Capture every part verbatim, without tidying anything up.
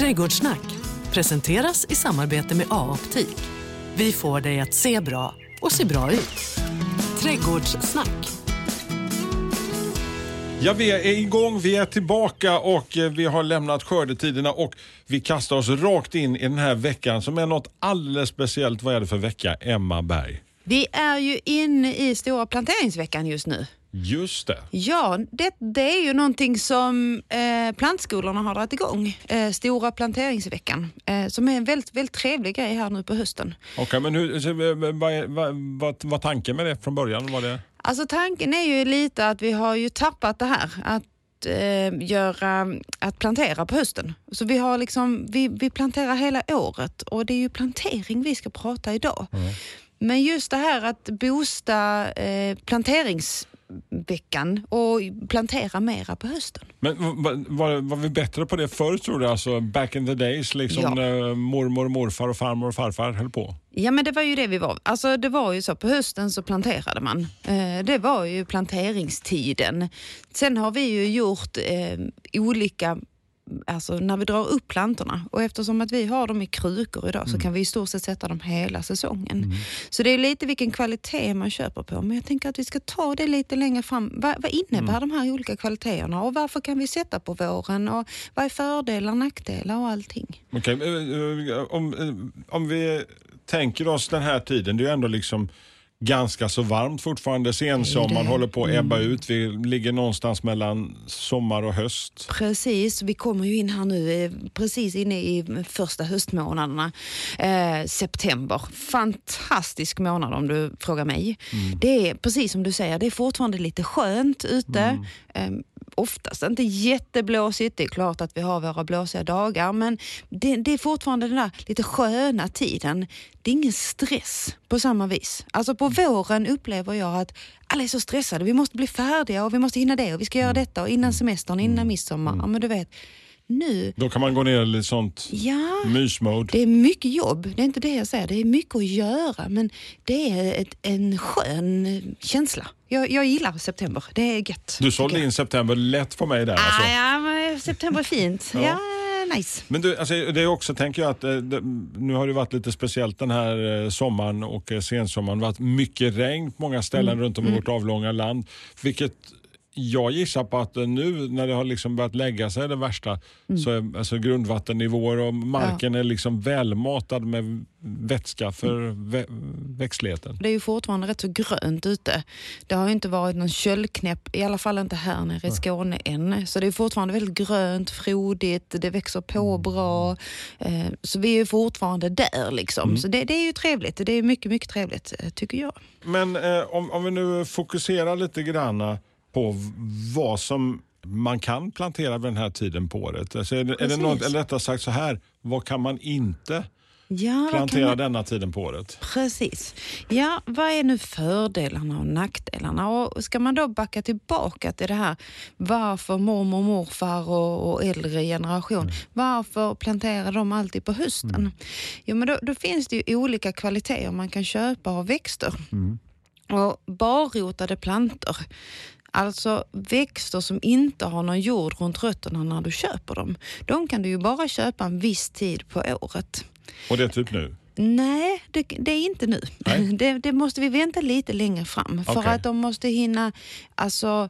Trädgårdssnack presenteras i samarbete med A-optik. Vi får dig att se bra och se bra ut. Trädgårdssnack. Ja, vi är igång, vi är tillbaka och vi har lämnat skördetiderna och vi kastar oss rakt in i den här veckan som är något alldeles speciellt. Vad är det för vecka, Emma Berg? Vi är ju inne i stora planteringsveckan just nu. Just det. Ja, det, det är ju någonting som eh, plantskolorna har dragit igång. Eh, stora planteringsveckan. Eh, som är en väldigt, väldigt trevlig grej här nu på hösten. Okej, okay, men hur, så, vad, vad, vad, vad tanken med det från början? Var det? Alltså tanken är ju lite att vi har ju tappat det här. Att eh, göra, att plantera på hösten. Så vi har liksom, vi, vi planterar hela året. Och det är ju plantering vi ska prata idag. Mm. Men just det här att boosta eh, planteringsveckan och plantera mera på hösten. Men var, var, var vi bättre på det förr, tror du? Alltså back in the days, liksom ja. när mormor, morfar och farmor och farfar höll på? Ja, men det var ju det vi var. Alltså det var ju så, på hösten så planterade man. Eh, det var ju planteringstiden. Sen har vi ju gjort eh, olika... Alltså när vi drar upp plantorna, och eftersom att vi har dem i krukor idag mm. så kan vi i stort sett sätta dem hela säsongen. Mm. Så det är lite vilken kvalitet man köper på, men jag tänker att vi ska ta det lite längre fram. Va, vad innebär mm. de här olika kvaliteterna och varför kan vi sätta på våren och vad är fördelar, nackdelar och allting? Okej, okay. om, om vi tänker oss den här tiden, det är ju ändå liksom ganska så varmt fortfarande. Sensommaren håller på att ebba mm. ut. Vi ligger någonstans mellan sommar och höst. Precis, vi kommer ju in här nu precis inne i första höstmånaderna. Eh, september. Fantastisk månad om du frågar mig. Mm. Det är precis som du säger, det är fortfarande lite skönt ute. Mm. Eh, oftast inte jätteblåsigt. Det är klart att vi har våra blåsiga dagar, men det, det är fortfarande den där lite sköna tiden. Det är ingen stress på samma vis. Alltså på våren upplever jag att alla är så stressade. Vi måste bli färdiga och vi måste hinna det och vi ska göra detta och innan semestern, innan midsommar. Ja, men du vet, nu... Då kan man gå ner i lite sånt ja, mysmode. Det är mycket jobb. Det är inte det jag säger. Det är mycket att göra, men det är ett, en skön känsla. Jag, jag gillar september. Det är gött. Du sålde in september lätt på mig där. Ah, alltså. Ja, men september är fint. ja. ja. Nice. Men du, alltså, det är också, tänker jag, att det, nu har det varit lite speciellt den här eh, sommaren och eh, sensommaren. Det har varit mycket regn på många ställen mm. runt om i vårt avlånga land. Vilket jag gissar på att nu när det har liksom börjat lägga sig det värsta mm. så är alltså grundvattennivåer och marken ja. är liksom välmatad med vätska för vä- växtligheten. Det är ju fortfarande rätt så grönt ute. Det har ju inte varit någon köldknäpp, i alla fall inte här nere i Skåne än. Så det är fortfarande väldigt grönt, frodigt, det växer på bra. Eh, så vi är ju fortfarande där liksom. Mm. Så det, det är ju trevligt. Det är mycket, mycket trevligt tycker jag. Men eh, om, om vi nu fokuserar lite granna på vad som man kan plantera vid den här tiden på året. Alltså är, det, är det något, eller rättare sagt så här, vad kan man inte ja, plantera man... denna tiden på året? Precis. Ja, vad är nu fördelarna och nackdelarna? Och ska man då backa tillbaka till det här, varför mormor och morfar och, och äldre generation, mm. varför planterar de alltid på hösten? Mm. Jo, men då, då finns det ju olika kvaliteter man kan köpa av växter. Mm. Och barrotade plantor, alltså växter som inte har någon jord runt rötterna när du köper dem, de kan du ju bara köpa en viss tid på året. Och det är typ nu? Nej, det, det är inte nu. Det, det måste vi vänta lite längre fram. För okay. att de måste hinna alltså,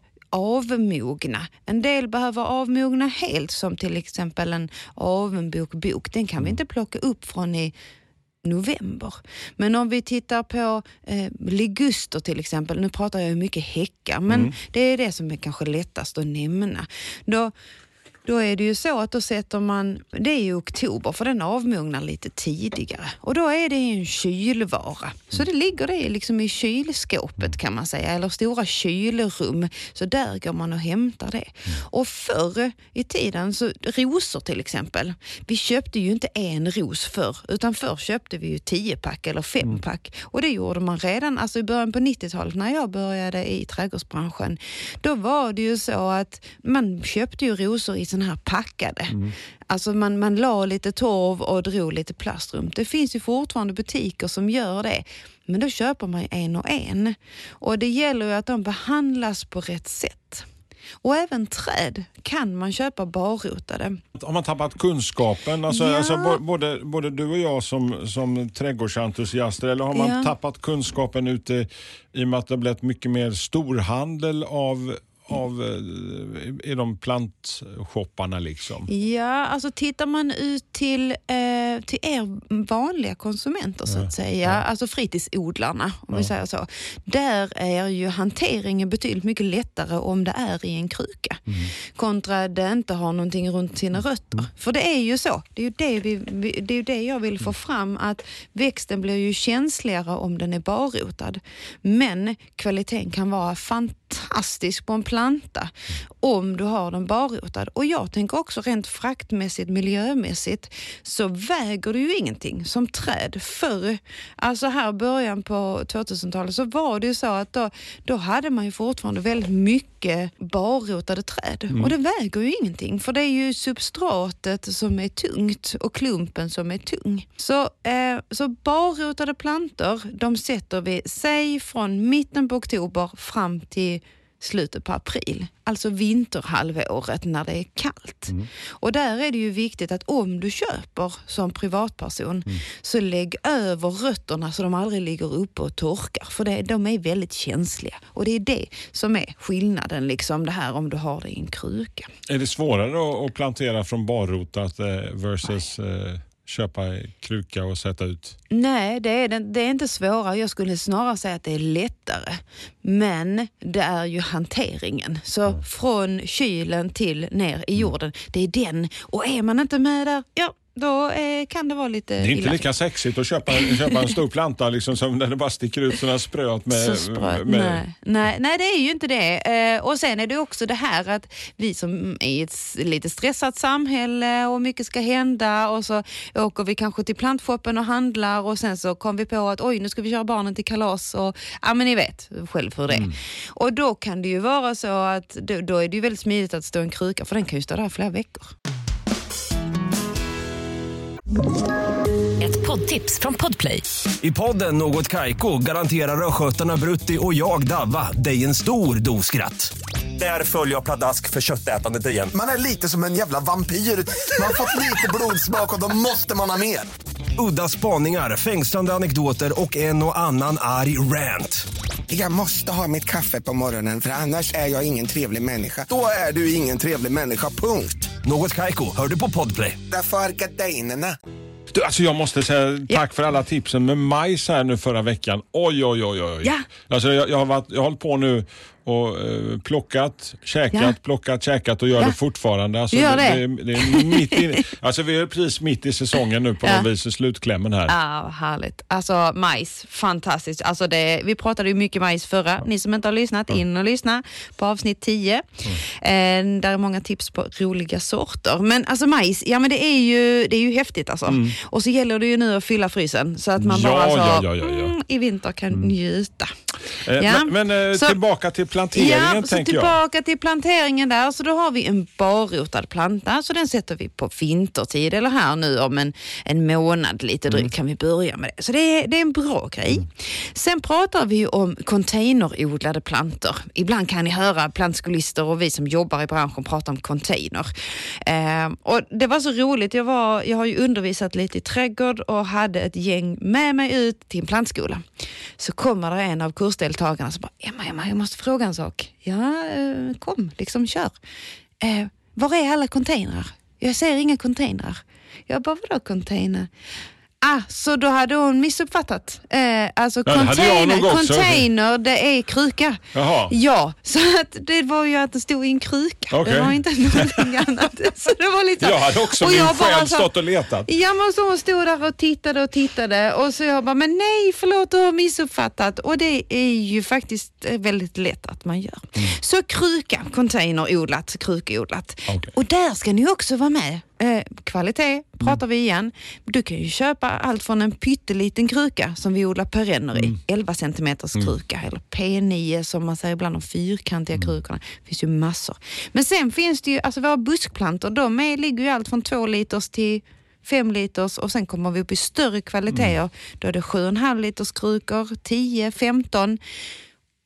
avmogna. En del behöver avmogna helt, som till exempel en avbokbok. Den kan mm. vi inte plocka upp från i november. Men om vi tittar på eh, liguster till exempel, nu pratar jag ju mycket häckar, men mm. det är det som är kanske lättast att nämna. Då, då är det ju så att då sätter man, det är ju oktober för den avmognar lite tidigare. Och då är det en kylvara. Så det ligger det liksom i kylskåpet kan man säga, eller stora kylrum. Så där går man och hämtar det. Och förr i tiden, så rosor till exempel, vi köpte ju inte en ros förr, utan förr köpte vi ju tio pack eller fem pack. Och det gjorde man redan, alltså i början på nittiotalet när jag började i trädgårdsbranschen. Då var det ju så att man köpte ju rosor i sån här packade. Mm. Alltså man, man la lite torv och drog lite plastrum. Det finns ju fortfarande butiker som gör det. Men då köper man en och en. Och det gäller ju att de behandlas på rätt sätt. Och även träd kan man köpa barrotade. Har man tappat kunskapen? Alltså, ja. alltså, både, både du och jag som, som trädgårdsentusiaster, eller har man ja. tappat kunskapen ute i och med att det blivit mycket mer storhandel av av i de plantshopparna liksom? Ja, alltså tittar man ut till, eh, till er vanliga konsumenter så att ja. säga, ja. alltså fritidsodlarna om ja. vi säger så, där är ju hanteringen betydligt mycket lättare om det är i en kruka mm. kontra det inte har någonting runt sina rötter. Mm. För det är ju så, det är ju det, vi, det, är ju det jag vill få fram, att växten blir ju känsligare om den är barrotad. Men kvaliteten kan vara fantastisk på en planta om du har den barrotad. Och jag tänker också rent fraktmässigt, miljömässigt, så väger det ju ingenting som träd. Förr, alltså här början på tvåtusentalet, så var det ju så att då, då hade man ju fortfarande väldigt mycket barrotade träd. Mm. Och det väger ju ingenting, för det är ju substratet som är tungt och klumpen som är tung. Så, eh, så barrotade plantor, de sätter vi, säg från mitten på oktober fram till slutet på april, alltså vinterhalvåret när det är kallt. Mm. Och där är det ju viktigt att om du köper som privatperson mm. så lägg över rötterna så de aldrig ligger uppe och torkar, för det, de är väldigt känsliga. Och det är det som är skillnaden, liksom det här om du har det i en kruka. Är det svårare att plantera från barrotat versus eh, köpa kruka och sätta ut? Nej, det är, det, det är inte svårare. Jag skulle snarare säga att det är lättare. Men det är ju hanteringen. Så mm. från kylen till ner i jorden, det är den. Och är man inte med där, ja, då eh, kan det vara lite... Det är inte illa. lika sexigt att köpa, köpa en stor planta liksom, som när det bara sticker ut sådana spröt med... Så spröt, med... Nej. nej. Nej, det är ju inte det. Eh, och sen är det också det här att vi som är i ett lite stressat samhälle och mycket ska hända, och så åker vi kanske till plantshoppen och handlar, och sen så kom vi på att oj, nu ska vi köra barnen till kalas, och ja, men ni vet själv hur det är. Mm. Och då kan det ju vara så att då, då är det ju väldigt smidigt att stå en kruka, för den kan ju stå där flera veckor. Ett poddtips från Podplay. I podden Något Kaiko garanterar röskötarna Brutti och jag Davva dig en stor doskratt. Där följer jag pladask för köttätandet igen. Man är lite som en jävla vampyr. Man har fått lite blodsmak och då måste man ha mer. Udda spaningar, fängslande anekdoter och en och annan arg rant. Jag måste ha mitt kaffe på morgonen, för annars är jag ingen trevlig människa. Då är du ingen trevlig människa, punkt. Något Kaiko, hör du på Podplay. Därför är gardinerna. Du, alltså jag måste säga tack ja. för alla tipsen med majs här nu förra veckan. Oj, oj, oj, oj. Ja. Alltså jag, jag, har varit, jag har hållit på nu och eh, plockat, käkat, ja. plockat, käkat och gör ja. det fortfarande. Alltså, gör det. det. Det, det är mitt in, alltså vi är precis mitt i säsongen nu på ja. något vis i slutklämmen här. Ja, härligt. Alltså majs, fantastiskt. Alltså det, vi pratade ju mycket majs förra. Ja. Ni som inte har lyssnat, ja. in och lyssna på avsnitt tio. Mm. Eh, där är många tips på roliga sorter. Men alltså majs, ja men det är ju, det är ju häftigt alltså. Mm. Och så gäller det ju nu att fylla frysen så att man ja, bara så, ja, ja, ja, ja. Mm, i vinter kan mm. njuta. Eh, ja. Men, men eh, så, tillbaka till planteringen, ja, tänker så jag. tillbaka till planteringen där. Så då har vi en barrotad planta. Så den sätter vi på vintertid. Eller här nu om en, en månad lite drygt mm. kan vi börja med det. Så det är, det är en bra grej. Mm. Sen pratar vi om containerodlade plantor. Ibland kan ni höra plantskolister och vi som jobbar i branschen prata om container. Eh, och det var så roligt. Jag, var, jag har ju undervisat lite i trädgård och hade ett gäng med mig ut till en plantskola. Så kommer det en av kursdeltagarna som bara, Emma, Emma, jag måste fråga en sak. Ja, kom, liksom kör. Eh, var är alla containrar? Jag ser inga containrar. Jag bara, vadå container? Ah, så då hade hon missuppfattat. Eh, alltså ja, container, container det är kruka. Jaha. Ja, så att det var ju att det stod i en kruka. Okay. Det var inte någonting annat. Så det var lite... Jag hade också och min själv stått och letat. Ja, men så hon stod där och tittade och tittade. Och så jag bara, men nej, förlåt, du har missuppfattat. Och det är ju faktiskt väldigt lätt att man gör. Mm. Så kruka, containerodlat, krukodlat. Okay. Och där ska ni också vara med. Eh, kvalitet pratar mm. vi igen. Du kan ju köpa allt från en pytteliten kruka som vi odlar perenner i. Mm. elva centimeters mm. kruka eller P nio som man säger ibland, de fyrkantiga mm. krukorna. Det finns ju massor. Men sen finns det ju, alltså våra buskplantor, de är, ligger ju allt från två liters till fem liters och sen kommer vi upp i större kvaliteter. Mm. Då är det sju komma fem liters krukor, tio, femton.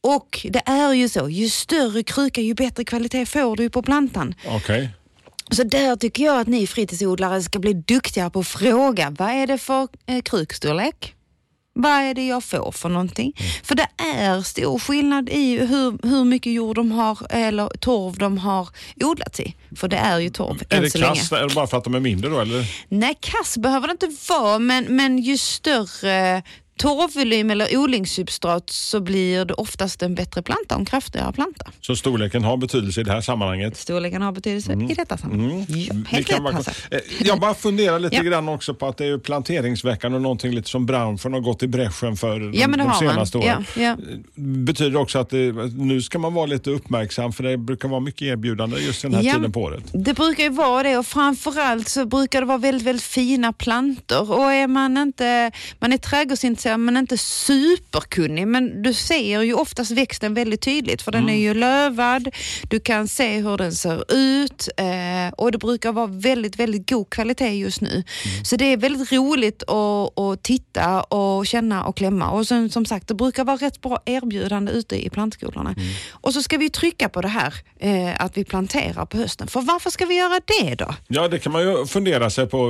Och det är ju så, ju större kruka ju bättre kvalitet får du på plantan. Okej. Okay. Så där tycker jag att ni fritidsodlare ska bli duktiga på att fråga, vad är det för eh, krukstorlek? Vad är det jag får för någonting? Mm. För det är stor skillnad i hur, hur mycket jord de har eller torv de har odlat i. För det är ju torv är än det så kass, länge. Är det bara för att de är mindre då? Eller? Nej, kass behöver det inte vara, men, men ju större torvvolym eller odlingssubstrat så blir det oftast en bättre planta, en kraftigare planta. Så storleken har betydelse i det här sammanhanget? Storleken har betydelse mm. i detta sammanhang. Mm. Ja, helt kan bara... Jag bara funderar lite ja. grann också på att det är planteringsveckan och någonting lite som Brownford har gått i bräschen för ja, de, de senaste man. åren. Ja, ja. Betyder också att det, nu ska man vara lite uppmärksam för det brukar vara mycket erbjudande just den här ja, tiden på året. Det brukar ju vara det och framförallt så brukar det vara väldigt, väldigt fina plantor och är man inte, man är trädgårdsintresserad men inte superkunnig, men du ser ju oftast växten väldigt tydligt för den mm. är ju lövad, du kan se hur den ser ut eh, och det brukar vara väldigt, väldigt god kvalitet just nu. Mm. Så det är väldigt roligt att, att titta och känna och klämma och sen, som sagt, det brukar vara rätt bra erbjudande ute i plantskolorna. Mm. Och så ska vi trycka på det här eh, att vi planterar på hösten. För varför ska vi göra det då? Ja, det kan man ju fundera sig på.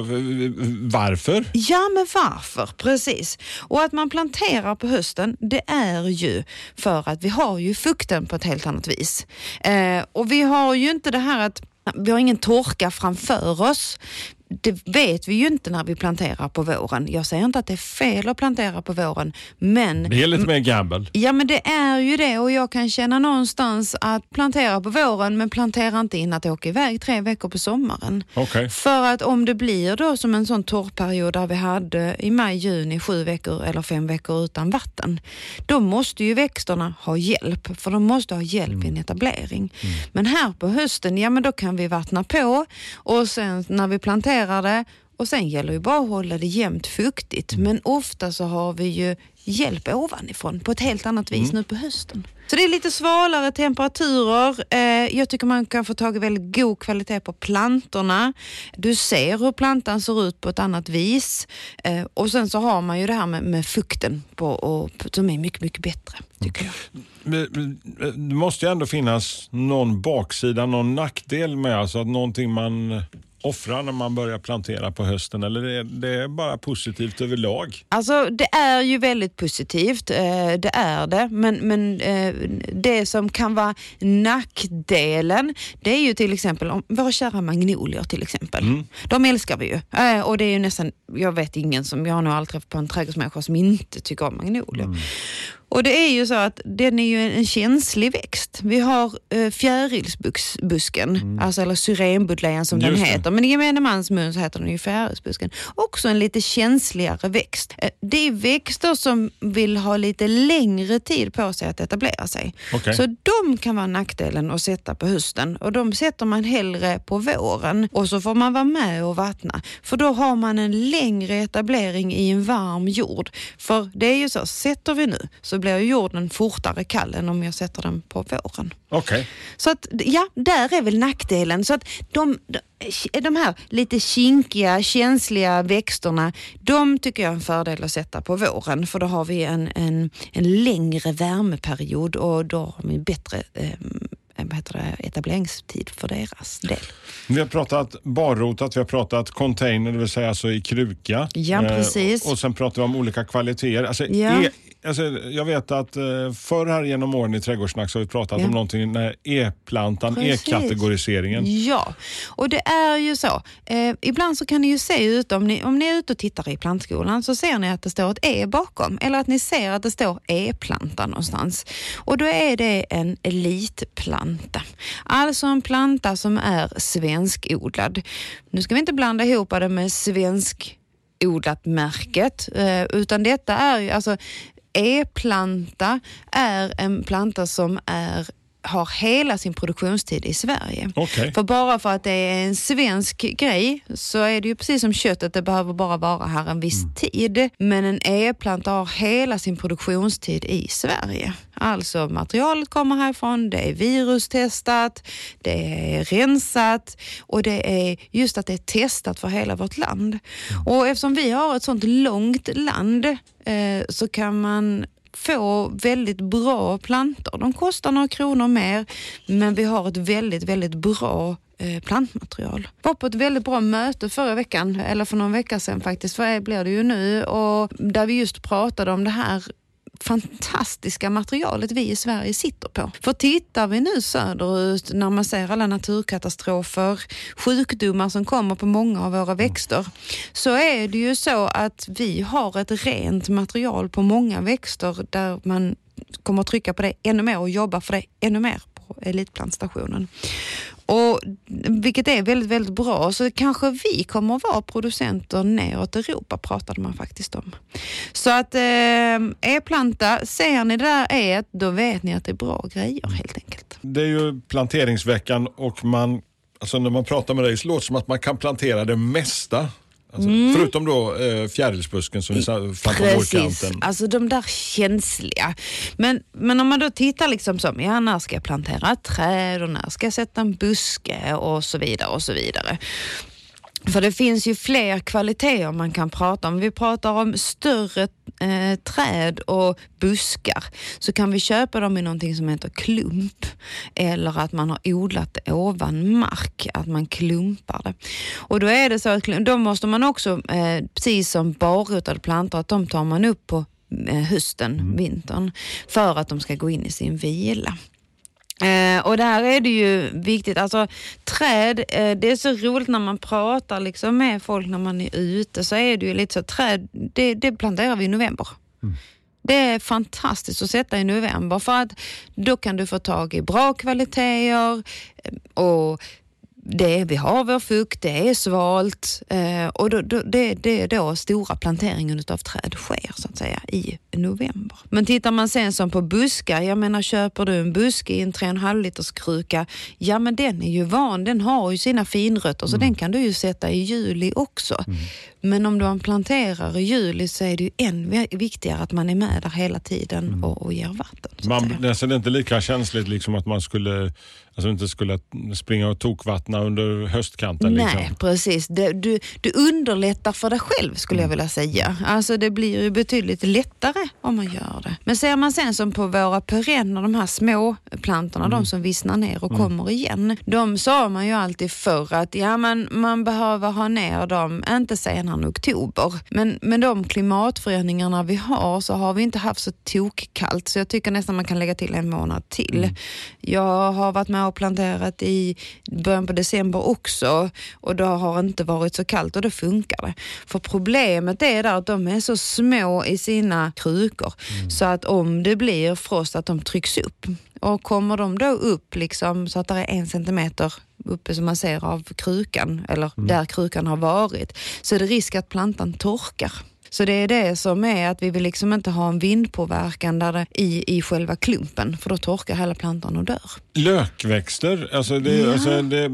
Varför? Ja, men varför? Precis. Och att man planterar på hösten, det är ju för att vi har ju fukten på ett helt annat vis. Eh, och vi har ju inte det här att vi har ingen torka framför oss. Det vet vi ju inte när vi planterar på våren. Jag säger inte att det är fel att plantera på våren, men... Det är lite mer gamble. Ja, men det är ju det och jag kan känna någonstans att plantera på våren men plantera inte in att åka iväg tre veckor på sommaren. Okay. För att om det blir då som en sån torrperiod där vi hade i maj, juni, sju veckor eller fem veckor utan vatten, då måste ju växterna ha hjälp, för de måste ha hjälp mm. i en etablering. Mm. Men här på hösten, ja men då kan vi vattna på och sen när vi planterar det och sen gäller ju bara att hålla det jämnt fuktigt. Men ofta så har vi ju hjälp ovanifrån på ett helt annat vis mm. nu på hösten. Så det är lite svalare temperaturer. Eh, jag tycker man kan få tag i väldigt god kvalitet på plantorna. Du ser hur plantan ser ut på ett annat vis. Eh, och sen så har man ju det här med, med fukten på, och, som är mycket, mycket bättre, tycker jag. Men, det måste ju ändå finnas någon baksida, någon nackdel med alltså att någonting man offra när man börjar plantera på hösten, eller det är, det är bara positivt överlag? Alltså det är ju väldigt positivt, eh, det är det, men, men eh, det som kan vara nackdelen, det är ju till exempel om våra kära magnolier till exempel. Mm. De älskar vi ju, eh, och det är ju nästan, jag vet ingen som, jag har nog aldrig träffat på en trädgårdsmänniska som inte tycker om magnolier. Mm. Och det är ju så att den är ju en känslig växt. Vi har eh, fjärilsbusken, mm. alltså eller syrenbudlejan som Just den heter. Det. Men i gemene mans mun så heter den ju fjärilsbusken. Också en lite känsligare växt. Eh, det är växter som vill ha lite längre tid på sig att etablera sig. Okay. Så de kan vara nackdelen att sätta på hösten. Och de sätter man hellre på våren. Och så får man vara med och vattna. För då har man en längre etablering i en varm jord. För det är ju så, sätter vi nu så blir jorden fortare kall än om jag sätter den på våren. Okej. Okay. Så att, ja, där är väl nackdelen. Så att de, de här lite kinkiga, känsliga växterna, de tycker jag är en fördel att sätta på våren. För då har vi en, en, en längre värmeperiod och då har vi bättre eh, vad heter det, etableringstid för deras del. Vi har pratat barrotat, vi har pratat container, det vill säga alltså i kruka. Ja, precis. Eh, och sen pratar vi om olika kvaliteter. Alltså, ja. e- Alltså, jag vet att eh, förr här genom åren i Trädgårdssnack så har vi pratat ja. om någonting när E-plantan, Precis. E-kategoriseringen. Ja, och det är ju så. Eh, ibland så kan ni ju se ut, om ni, om ni är ute och tittar i plantskolan så ser ni att det står ett E bakom. Eller att ni ser att det står E-plantan någonstans. Och då är det en elitplanta. Alltså en planta som är svenskodlad. Nu ska vi inte blanda ihop det med svensk odlat märket, eh, utan detta är ju alltså E-planta är en planta som är har hela sin produktionstid i Sverige. Okay. För bara för att det är en svensk grej så är det ju precis som köttet, det behöver bara vara här en viss mm. tid. Men en E-planta har hela sin produktionstid i Sverige. Alltså materialet kommer härifrån, det är virustestat, det är rensat och det är just att det är testat för hela vårt land. Mm. Och eftersom vi har ett sånt långt land eh, så kan man få väldigt bra plantor. De kostar några kronor mer, men vi har ett väldigt, väldigt bra eh, plantmaterial. Jag var på ett väldigt bra möte förra veckan, eller för någon vecka sedan faktiskt, för det blir det ju nu, och där vi just pratade om det här fantastiska materialet vi i Sverige sitter på. För tittar vi nu söderut när man ser alla naturkatastrofer, sjukdomar som kommer på många av våra växter, så är det ju så att vi har ett rent material på många växter där man kommer att trycka på det ännu mer och jobba för det ännu mer på elitplantstationen. Och vilket är väldigt, väldigt bra. Så kanske vi kommer att vara producenter neråt Europa, pratade man faktiskt om. Så att eh, e-planta, ser ni det där är, då vet ni att det är bra grejer helt enkelt. Det är ju planteringsveckan och man, alltså när man pratar med dig så låter det som att man kan plantera det mesta. Alltså, mm. Förutom då eh, fjärilsbusken som vi fann på vårkanten. Alltså de där känsliga. Men, men om man då tittar liksom som, ja, när ska jag plantera ett träd och när ska jag sätta en buske och så vidare och så vidare. För det finns ju fler kvaliteter man kan prata om. Vi pratar om större eh, träd och buskar, så kan vi köpa dem i någonting som heter klump. Eller att man har odlat det ovan mark, att man klumpar det. Och då är det så att då måste man också, eh, precis som barrotade plantor, att de tar man upp på eh, hösten, mm. vintern, för att de ska gå in i sin vila. Eh, och där är det ju viktigt, alltså träd, eh, det är så roligt när man pratar liksom med folk när man är ute, så är det ju lite så, träd, det, det planterar vi i november. Mm. Det är fantastiskt att sätta i november, för att då kan du få tag i bra kvaliteter och det, vi har vår fukt, det är svalt eh, och då, då, det, det är då stora planteringen av träd sker så att säga i november. Men tittar man sen som på buskar, jag menar köper du en buske i en tre komma fem liters kruka, ja men den är ju van, den har ju sina finrötter, så mm. den kan du ju sätta i juli också. Mm. Men om du planterar i juli så är det ju än viktigare att man är med där hela tiden mm. och, och ger vatten. Man, det är inte lika känsligt liksom att man skulle, alltså inte skulle springa och tokvattna under höstkanten. Nej, liksom. Precis. Det, du, du underlättar för dig själv skulle jag vilja säga. Alltså det blir ju betydligt lättare om man gör det. Men ser man sen som på våra perenner, de här små plantorna, mm. de som vissnar ner och mm. kommer igen. De sa man ju alltid förr att ja, man, man behöver ha ner dem, inte senare än oktober. Men med de klimatförändringarna vi har så har vi inte haft så tokkallt, så jag tycker nästan man kan lägga till en månad till. Mm. Jag har varit med och planterat i början på december också, och då har det inte varit så kallt och då funkar det. För problemet är där att de är så små i sina krukor mm. så att om det blir frost att de trycks upp. Och kommer de då upp liksom så att det är en centimeter uppe som man ser av krukan, eller mm. där krukan har varit, så är det risk att plantan torkar. Så det är det som är att vi vill liksom inte ha en vindpåverkan där det, i, i själva klumpen, för då torkar hela plantan och dör. Lökväxter, alltså det, ja. alltså det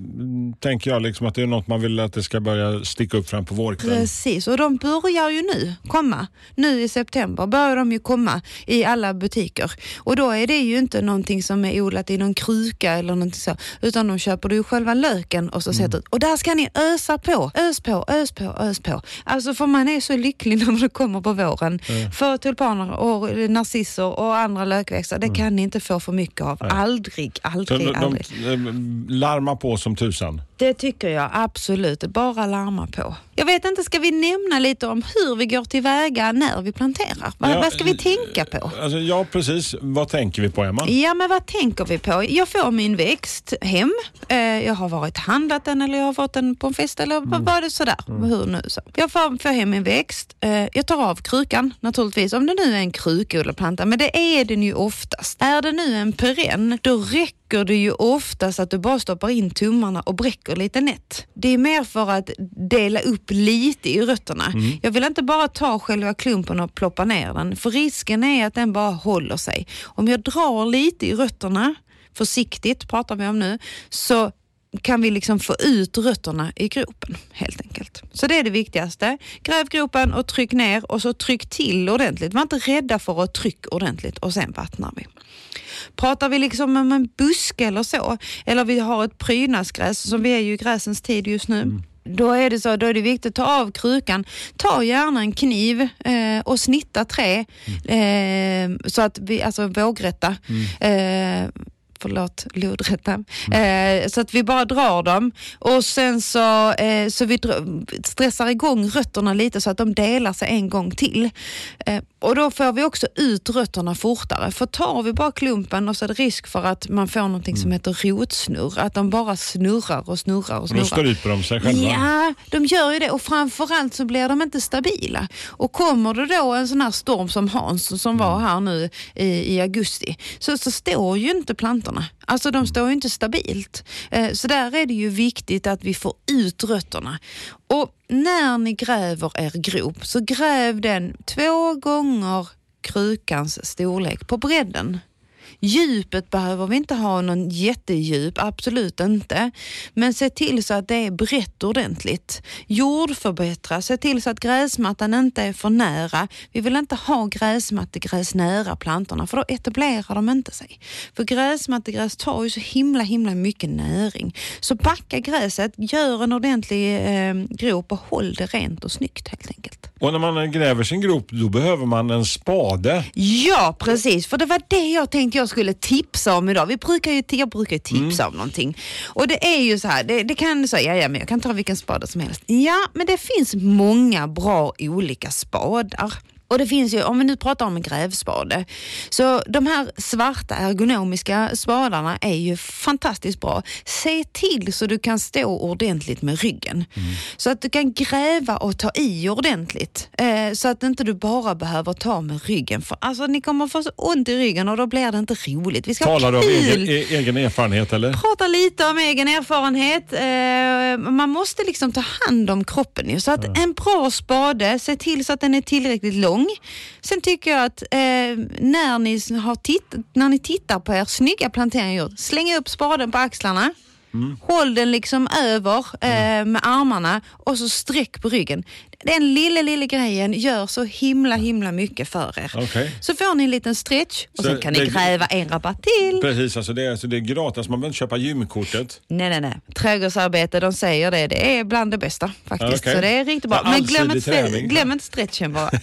tänker jag liksom att det är något man vill att det ska börja sticka upp fram på vårkvällen. Precis, och de börjar ju nu komma. Nu i september börjar de ju komma i alla butiker. Och då är det ju inte någonting som är odlat i någon kruka eller någonting så, utan de köper du ju själva löken och så sätter mm. och där ska ni ösa på, ös på, ös på, ös på. Alltså för man är så lycklig när det kommer på våren. Mm. För tulpaner och narcisser och andra lökväxter, det mm. kan ni inte få för mycket av. Mm. Aldrig, aldrig, så aldrig. De, de larmar på som tusan. Det tycker jag absolut. Bara larma på. Jag vet inte, ska vi nämna lite om hur vi går tillväga när vi planterar? Vad, ja, vad ska vi tänka på? Alltså, ja, precis. Vad tänker vi på, Emma? Ja, men vad tänker vi på? Jag får min växt hem. Eh, jag har varit handlat den eller jag har fått den på en fest eller mm. vad är det sådär? Mm. Hur nu så? Jag får, får hem min växt. Eh, jag tar av krukan naturligtvis. Om det nu är en krukodlarplanta, men det är den ju oftast. Är det nu en perenn, då räcker det ju oftast att du bara stoppar in tummarna och bräcker lite nätt. Det är mer för att dela upp lite i rötterna. Mm. Jag vill inte bara ta själva klumpen och ploppa ner den, för risken är att den bara håller sig. Om jag drar lite i rötterna, försiktigt pratar vi om nu, så kan vi liksom få ut rötterna i gropen helt enkelt. Så det är det viktigaste. Gräv gropen och tryck ner, och så tryck till ordentligt. Var inte rädda för att trycka ordentligt och sen vattnar vi. Pratar vi liksom om en buske eller så, eller vi har ett prydnadsgräs, som vi är ju i gräsens tid just nu. Mm. då är det så, då är det viktigt att ta av krukan. Ta gärna en kniv eh, och snitta trä mm. eh, så att vi, alltså vågrätta. Mm. Eh, förlåt, lodrätta. Mm. Eh, så att vi bara drar dem och sen så, eh, så vi dr- stressar igång rötterna lite så att de delar sig en gång till. Eh, och då får vi också ut rötterna fortare. För tar vi bara klumpen och så är det risk för att man får någonting mm. som heter rotsnurr. Att de bara snurrar och snurrar och snurrar. De står ut på dem sig själva. Ja, de gör ju det och framförallt så blir de inte stabila. Och kommer det då en sån här storm som Hans som var här nu i, i augusti så, så står ju inte plantorna. Alltså de står ju inte stabilt. Eh, så där är det ju viktigt att vi får ut rötterna. Och när ni gräver er grop så gräv den två gånger krukans storlek på bredden. Djupet behöver vi inte ha någon jättedjup, absolut inte. Men se till så att det är brett ordentligt. Jordförbättra, se till så att gräsmattan inte är för nära. Vi vill inte ha gräsmattegräs nära plantorna för då etablerar de inte sig. För gräsmattegräs tar ju så himla himla mycket näring. Så backa gräset, gör en ordentlig eh, grop och håll det rent och snyggt helt enkelt. Och när man gräver sin grop då behöver man en spade. Ja, precis. För det var det jag tänkte jag skulle tipsa om idag. Vi brukar ju, jag brukar ju tipsa mm. om någonting. Och det är ju så här, det, det kan säga, ja, ja, men jag kan ta vilken spade som helst. Ja, men det finns många bra olika spadar. Och det finns ju, om vi nu pratar om en grävspade, så de här svarta ergonomiska spadarna är ju fantastiskt bra. Se till så du kan stå ordentligt med ryggen. Mm. Så att du kan gräva och ta i ordentligt. Eh, så att inte du bara behöver ta med ryggen. För alltså ni kommer få så ont i ryggen och då blir det inte roligt. Vi ska Talar du om egen, egen erfarenhet eller? Prata lite om egen erfarenhet. Eh, man måste liksom ta hand om kroppen ju. Så att mm. en bra spade, se till så att den är tillräckligt lång. Sen tycker jag att eh, när, ni har titt- när ni tittar på er snygga planteringar, släng upp spaden på axlarna. Mm. Håll den liksom över eh, med armarna och så sträck på ryggen. Den lilla, lilla grejen gör så himla, himla mycket för er. Okay. Så får ni en liten stretch och så sen kan det, ni gräva en rabatt till. Precis, alltså det, är, alltså det är gratis. Man behöver inte köpa gymkortet. Nej, nej, nej. Trädgårdsarbete, de säger det. Det är bland det bästa faktiskt. Okay. Så det är riktigt bra. Men glöm inte, glöm inte stretchen bara.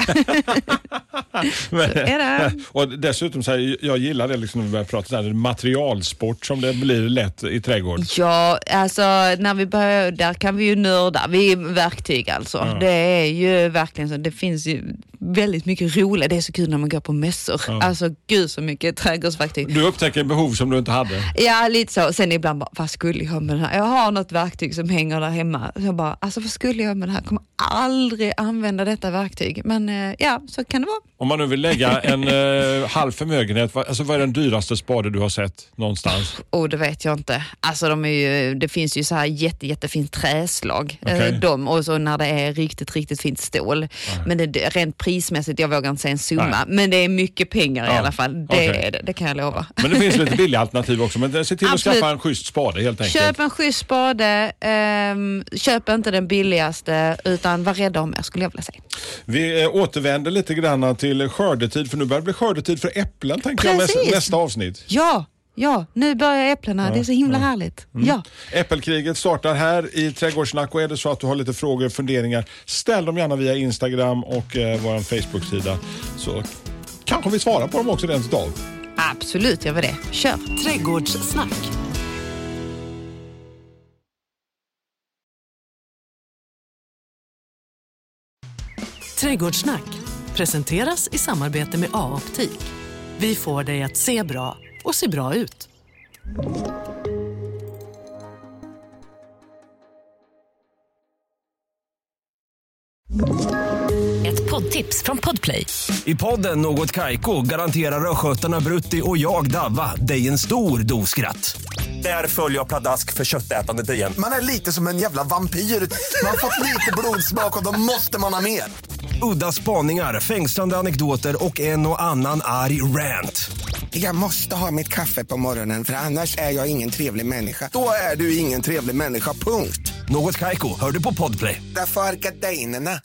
Men, är det. Och dessutom, så här, jag gillar det liksom när vi börjar prata så här, materialsport som det blir lätt i trädgård. Ja, alltså när vi börjar, där kan vi ju nörda. Vi är verktyg alltså. Ja. Det är ju verkligen så. Det finns ju väldigt mycket roligt. Det är så kul när man går på mässor. Ja. Alltså gud så mycket trädgårdsverktyg. Du upptäcker behov som du inte hade. Ja, lite så. Sen ibland bara, vad skulle jag ha med det här? Jag har något verktyg som hänger där hemma. Så jag bara, alltså vad skulle jag med det här? Jag kommer aldrig använda detta verktyg. Men eh, ja, så kan det vara. Om man nu vill lägga en eh, halv förmögenhet, alltså vad är den dyraste spade du har sett någonstans? Oh, det vet jag inte. Alltså de är ju, det finns ju så här jätte, jättefint träslag. Okay. Eh, de, och så när det är riktigt, riktigt fint stål. Nej. Men det rent prismässigt, jag vågar inte säga en summa. Nej. Men det är mycket pengar ja. i alla fall. Det okay. är det, det kan jag lova. Men det finns lite billiga alternativ också. Men se till att skaffa en schysst spade helt enkelt. Köp en schysst spade. Eh, köp inte den billigaste utan var rädda om er skulle jag vilja säga. Vi eh, återvänder lite grann till skördetid. För nu börjar det bli skördetid för äpplen tänker Precis. jag nästa, nästa avsnitt. Ja. Ja, nu börjar äpplena. Ja, det är så himla ja. härligt. Mm. Ja. Äppelkriget startar här i Trädgårdssnack och är det så att du har lite frågor och funderingar, ställ dem gärna via Instagram och eh, vår Facebook-sida så kanske vi svarar på dem också rent utav. Absolut, jag vill det. Kör. Trädgårdssnack. Trädgårdssnack presenteras i samarbete med A-optik. Vi får dig att se bra och se bra ut. Ett poddtips från Podplay. I podden Något Kaiko garanterar röskötarna Brutti och jag Davva dig en stor doskratt. Där följer jag pladask för köttätandet igen. Man är lite som en jävla vampyr. Man har fått lite blodsmak och då måste man ha mer. Udda spaningar, fängslande anekdoter och en och annan arg rant. Jag måste ha mitt kaffe på morgonen för annars är jag ingen trevlig människa. Då är du ingen trevlig människa, punkt. Något Kaiko, hör du på Podplay. Därför är gardinerna.